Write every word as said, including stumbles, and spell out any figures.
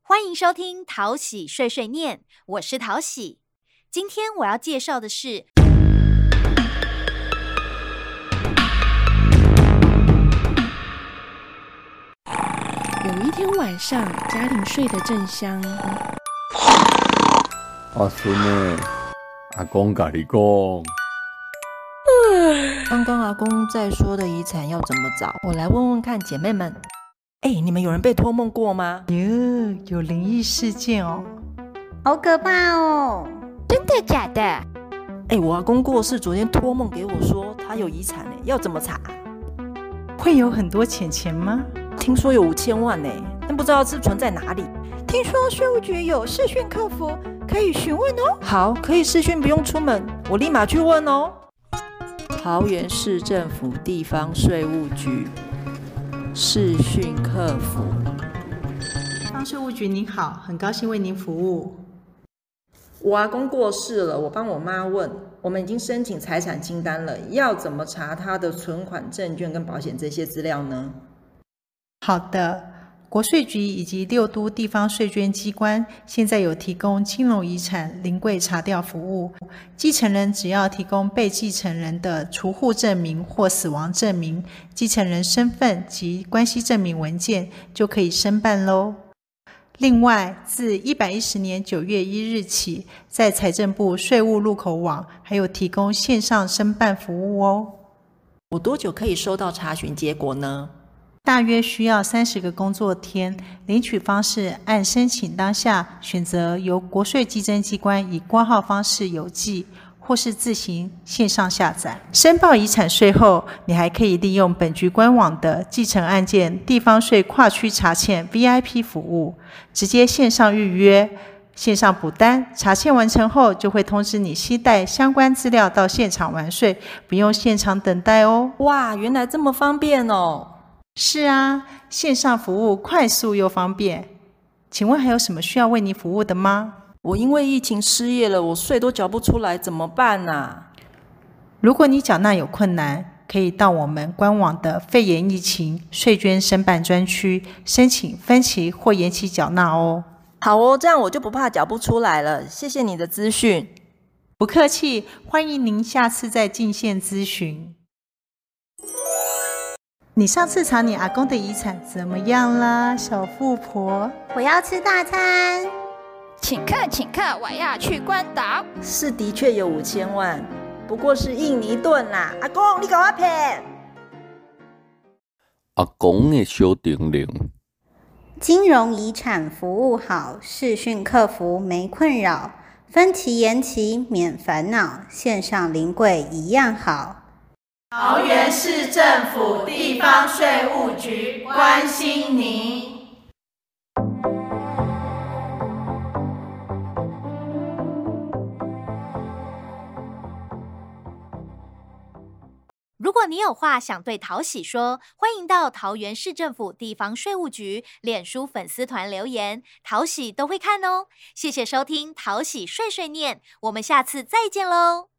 欢迎收听淘喜碎碎念，我是淘喜。今天我要介绍的是有一天晚上，嘉玲睡得正香。 阿孙呢？阿公跟你讲， 刚刚阿公在说的遗产要怎么找？我来问问看姐妹们。哎，你们有人被托梦过吗？ 哟，有灵异事件哦， 好可怕哦！ 真的假的？ 哎，我阿公过世，昨天托梦给我说他有遗产，要怎么查？ 会有很多钱钱吗？ 听说有五千万呢，但不知道是存在哪里。 听说税务局有视讯客服，可以询问哦。 好，可以视讯，不用出门，我立马去问哦。桃园市政府地方税务局视讯客服。 地方税务局您好，很高兴为您服务。 我阿公过世了，我帮我妈问，我们已经申请财产清单了，要怎么查他的存款、证券跟保险这些资料呢？ 好的，国税局以及六都地方税捐机关现在有提供金融遗产临柜查调服务，继承人只要提供被继承人的除户证明或死亡证明、继承人身份及关系证明文件，就可以申办咯。另外，自一百一十年九月一日起，在财政部税务入口网还有提供线上申办服务哦。 我多久可以收到查询结果呢？ 大约需要三十个工作天，领取方式按申请当下选择由国税稽征机关以挂号方式邮寄，或是自行线上下载。申报遗产税后，你还可以利用本局官网的继承案件地方税跨区查欠 V I P 服务，直接线上预约，线上补单，查欠完成后就会通知你携带相关资料到现场完税，不用现场等待哦。 哇，原来这么方便哦！ 是啊，线上服务快速又方便。请问还有什么需要为你服务的吗？ 我因为疫情失业了，我税都缴不出来，怎么办啊？ 如果你缴纳有困难，可以到我们官网的肺炎疫情税捐申办专区申请分期或延期缴纳哦。 好哦，这样我就不怕缴不出来了。谢谢你的资讯。 不客气，欢迎您下次再进线咨询。你上次查你阿公的遗产怎么样啦，小富婆？ 我要吃大餐。 请客请客，我要去关岛。 是的确有五千万，不过是印尼盾啦。阿公，你给我骗！ 阿公的小叮咛。 金融遗产服务好，视讯客服没困扰，分期延期免烦恼，线上临柜一样好。 桃园市政府地方税务局关心您。 如果你有话想对淘喜说，欢迎到桃园市政府地方税务局脸书粉丝团留言，淘喜都会看哦。谢谢收听淘喜碎碎念，我们下次再见喽。